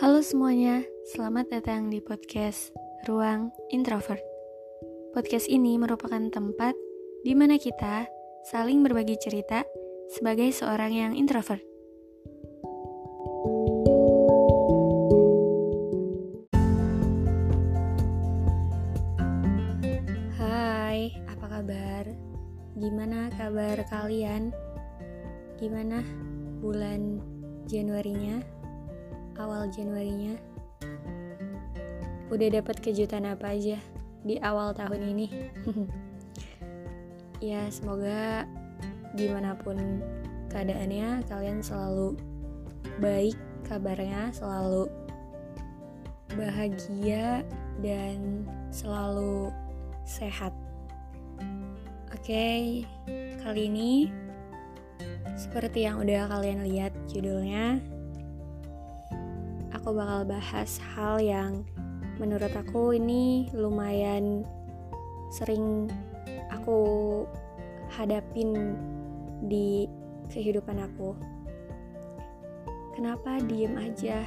Halo semuanya, selamat datang di podcast Ruang Introvert. Podcast ini merupakan tempat di mana kita saling berbagi cerita sebagai seorang yang introvert. Hai, apa kabar? Gimana kabar kalian? Gimana bulan Januarinya? Awal Januarinya? Udah dapat kejutan apa aja di awal tahun ini? Ya, semoga gimana pun keadaannya, kalian selalu baik kabarnya, selalu bahagia dan selalu sehat. Oke, kali ini seperti yang udah kalian lihat judulnya, aku bakal bahas hal yang menurut aku ini lumayan sering aku hadapin di kehidupan aku. Kenapa diem aja?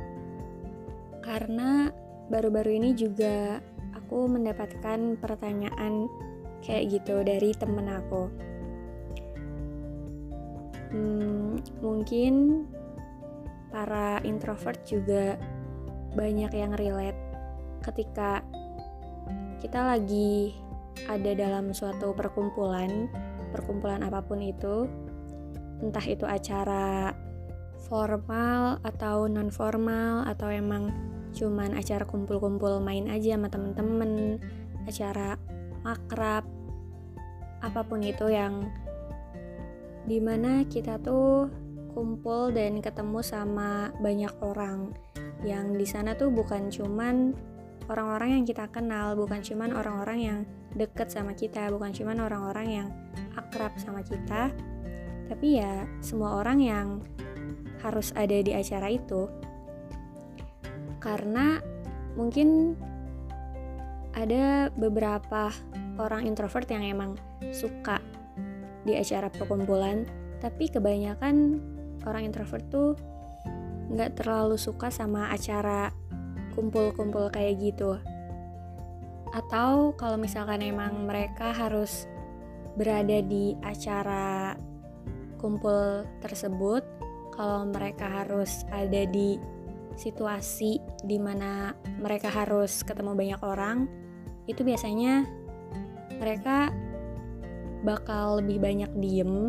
Karena baru-baru ini juga aku mendapatkan pertanyaan kayak gitu dari temen aku. Mungkin para introvert juga banyak yang relate ketika kita lagi ada dalam suatu perkumpulan apapun itu, entah itu acara formal atau non formal atau emang cuman acara kumpul-kumpul main aja sama temen-temen, acara makrab, apapun itu yang dimana kita tuh kumpul dan ketemu sama banyak orang yang di sana tuh bukan cuman orang-orang yang kita kenal, bukan cuman orang-orang yang deket sama kita, bukan cuman orang-orang yang akrab sama kita, tapi ya semua orang yang harus ada di acara itu. Karena mungkin ada beberapa orang introvert yang emang suka di acara perkumpulan, tapi kebanyakan orang introvert tuh gak terlalu suka sama acara kumpul-kumpul kayak gitu. Atau kalau misalkan emang mereka harus berada di acara kumpul tersebut, kalau mereka harus ada di situasi dimana mereka harus ketemu banyak orang, itu biasanya mereka bakal lebih banyak diem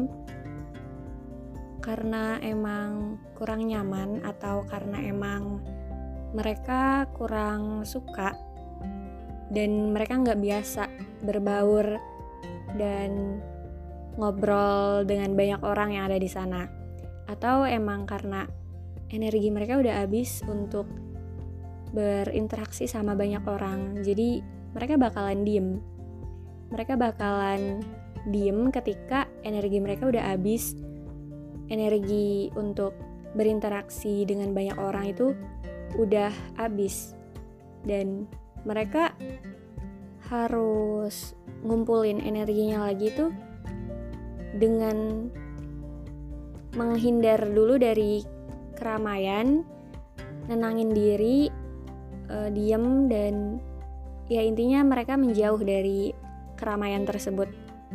karena emang kurang nyaman atau karena emang mereka kurang suka dan mereka nggak biasa berbaur dan ngobrol dengan banyak orang yang ada di sana, atau emang karena energi mereka udah habis untuk berinteraksi sama banyak orang, jadi mereka bakalan diem ketika energi mereka udah habis. Energi untuk berinteraksi dengan banyak orang itu udah habis dan mereka harus ngumpulin energinya lagi tuh dengan menghindar dulu dari keramaian, nenangin diri, diem, dan ya intinya mereka menjauh dari keramaian tersebut.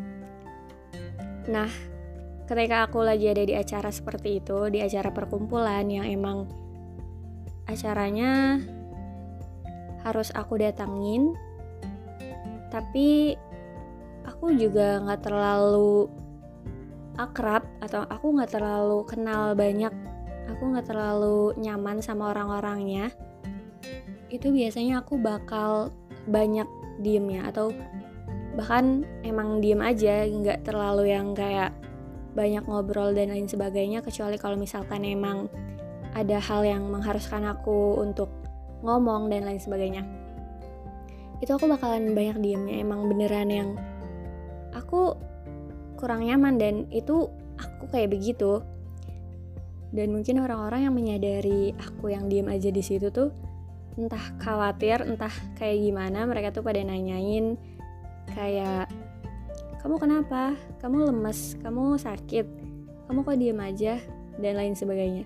Nah, ketika aku lagi ada di acara seperti itu, di acara perkumpulan yang emang acaranya harus aku datangin, tapi aku juga gak terlalu akrab atau aku gak terlalu kenal banyak, aku gak terlalu nyaman sama orang-orangnya, itu biasanya aku bakal banyak diemnya, atau bahkan emang diem aja, gak terlalu yang kayak banyak ngobrol dan lain sebagainya, kecuali kalau misalkan emang ada hal yang mengharuskan aku untuk ngomong dan lain sebagainya. Itu aku bakalan banyak diemnya, emang beneran yang aku kurang nyaman dan itu aku kayak begitu. Dan mungkin orang-orang yang menyadari aku yang diem aja di situ tuh entah khawatir, entah kayak gimana, mereka tuh pada nanyain kayak, kamu kenapa? Kamu lemes? Kamu sakit? Kamu kok diem aja? Dan lain sebagainya.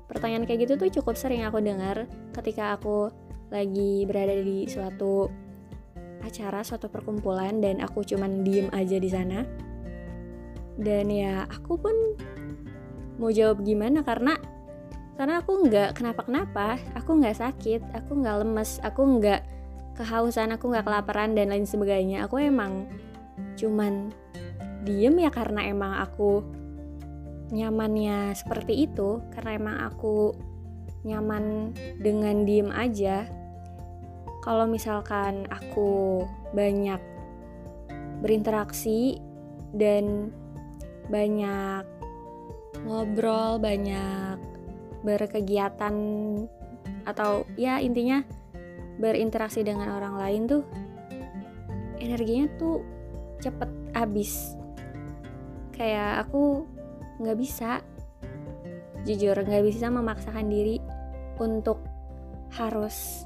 pertanyaan kayak gitu tuh cukup sering aku dengar ketika aku lagi berada di suatu acara, suatu perkumpulan dan aku cuman diem aja di sana. Dan ya aku pun mau jawab gimana karena aku nggak kenapa-kenapa, aku nggak sakit, aku nggak lemes, aku nggak kehausan, aku nggak kelaparan dan lain sebagainya. Aku emang cuman diem ya karena emang aku nyamannya seperti itu, karena emang aku nyaman dengan diem aja. Kalau misalkan aku banyak berinteraksi dan banyak ngobrol, banyak berkegiatan atau ya intinya berinteraksi dengan orang lain tuh energinya tuh cepet habis. Kayak aku nggak bisa, jujur nggak bisa memaksakan diri untuk harus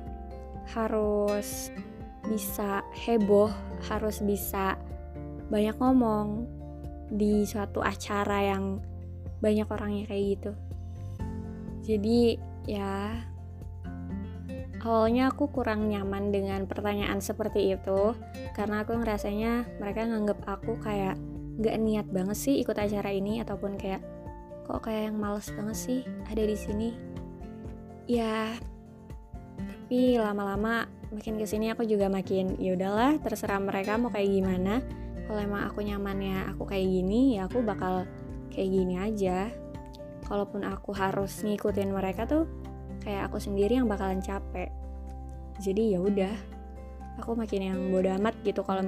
bisa heboh, harus bisa banyak ngomong di suatu acara yang banyak orangnya kayak gitu. Jadi ya awalnya aku kurang nyaman dengan pertanyaan seperti itu karena aku ngerasanya mereka nganggep aku kayak gak niat banget sih ikut acara ini, ataupun kayak kok kayak yang males banget sih ada di sini. Ya tapi lama-lama makin kesini aku juga makin ya udahlah, terserah mereka mau kayak gimana. Kalau emang aku nyamannya aku kayak gini, ya aku bakal kayak gini aja. Kalaupun aku harus ngikutin mereka tuh kayak aku sendiri yang bakalan capek. Jadi ya udah, aku makin yang bodo amat gitu kalau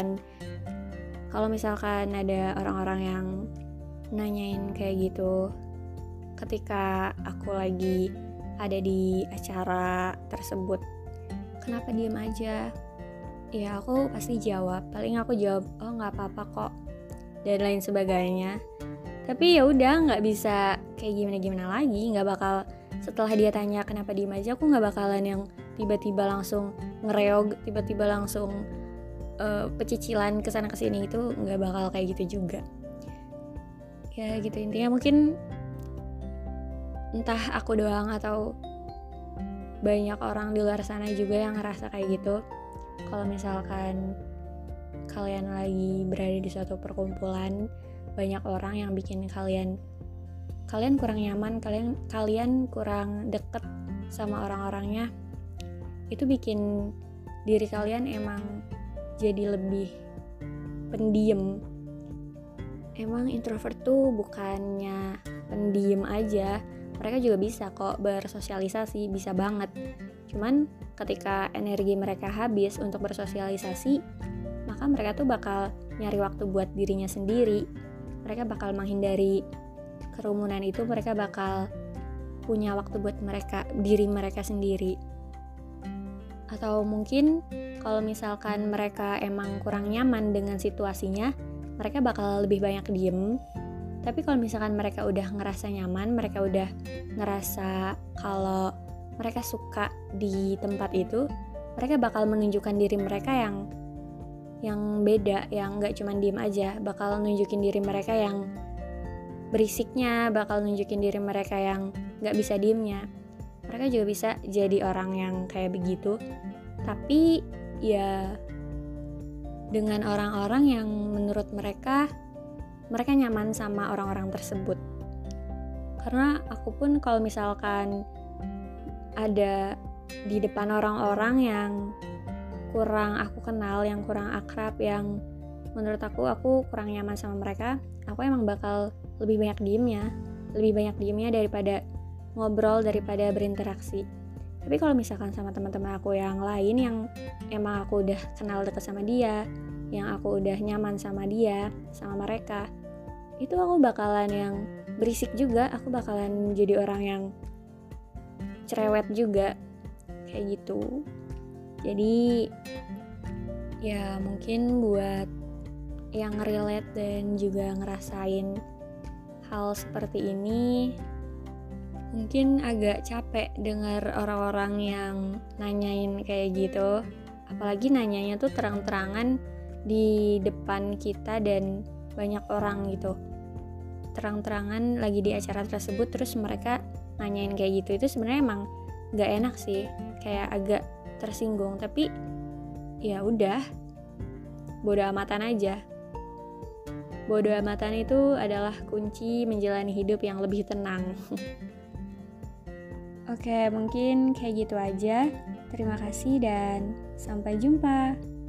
misalkan ada orang-orang yang nanyain kayak gitu ketika aku lagi ada di acara tersebut. Kenapa diem aja? Ya aku pasti jawab, paling aku jawab oh nggak apa-apa kok dan lain sebagainya. Tapi ya udah, nggak bisa kayak gimana lagi, nggak bakal setelah dia tanya kenapa diem aja, aku nggak bakalan yang tiba-tiba langsung ngereog, tiba-tiba langsung pecicilan kesana kesini, itu nggak bakal kayak gitu juga. Ya gitu, intinya mungkin entah aku doang atau banyak orang di luar sana juga yang ngerasa kayak gitu. Kalau misalkan kalian lagi berada di suatu perkumpulan, banyak orang yang bikin kalian kurang nyaman, kalian kurang deket sama orang-orangnya, itu bikin diri kalian emang jadi lebih pendiam. Emang introvert tuh bukannya pendiam aja, mereka juga bisa kok bersosialisasi, bisa banget. Cuman ketika energi mereka habis untuk bersosialisasi, maka mereka tuh bakal nyari waktu buat dirinya sendiri. Mereka bakal menghindari kerumunan itu, mereka bakal punya waktu buat diri mereka sendiri. Atau mungkin kalau misalkan mereka emang kurang nyaman dengan situasinya, mereka bakal lebih banyak diem. Tapi kalau misalkan mereka udah ngerasa nyaman, mereka udah ngerasa kalau mereka suka di tempat itu, mereka bakal menunjukkan diri mereka yang beda, yang gak cuma diem aja, bakal nunjukin diri mereka yang berisiknya, bakal nunjukin diri mereka yang gak bisa diemnya. Mereka juga bisa jadi orang yang kayak begitu, tapi ya dengan orang-orang yang menurut mereka nyaman sama orang-orang tersebut. Karena aku pun kalau misalkan ada di depan orang-orang yang kurang aku kenal, yang kurang akrab, yang menurut aku kurang nyaman sama mereka, aku emang bakal lebih banyak diemnya daripada ngobrol, daripada berinteraksi. Tapi kalau misalkan sama teman-teman aku yang lain yang emang aku udah kenal dekat sama dia, yang aku udah nyaman sama dia, sama mereka, itu aku bakalan yang berisik juga, aku bakalan jadi orang yang cerewet juga, kayak gitu. Jadi ya mungkin buat yang relate dan juga ngerasain hal seperti ini, mungkin agak capek dengar orang-orang yang nanyain kayak gitu. Apalagi nanyanya tuh terang-terangan di depan kita dan banyak orang gitu. Terang-terangan lagi di acara tersebut, terus mereka nanyain kayak gitu itu sebenarnya emang nggak enak sih, kayak agak tersinggung. Tapi ya udah, bodo amatan aja. Bodo amatan itu adalah kunci menjalani hidup yang lebih tenang. Oke, mungkin kayak gitu aja. Terima kasih dan sampai jumpa.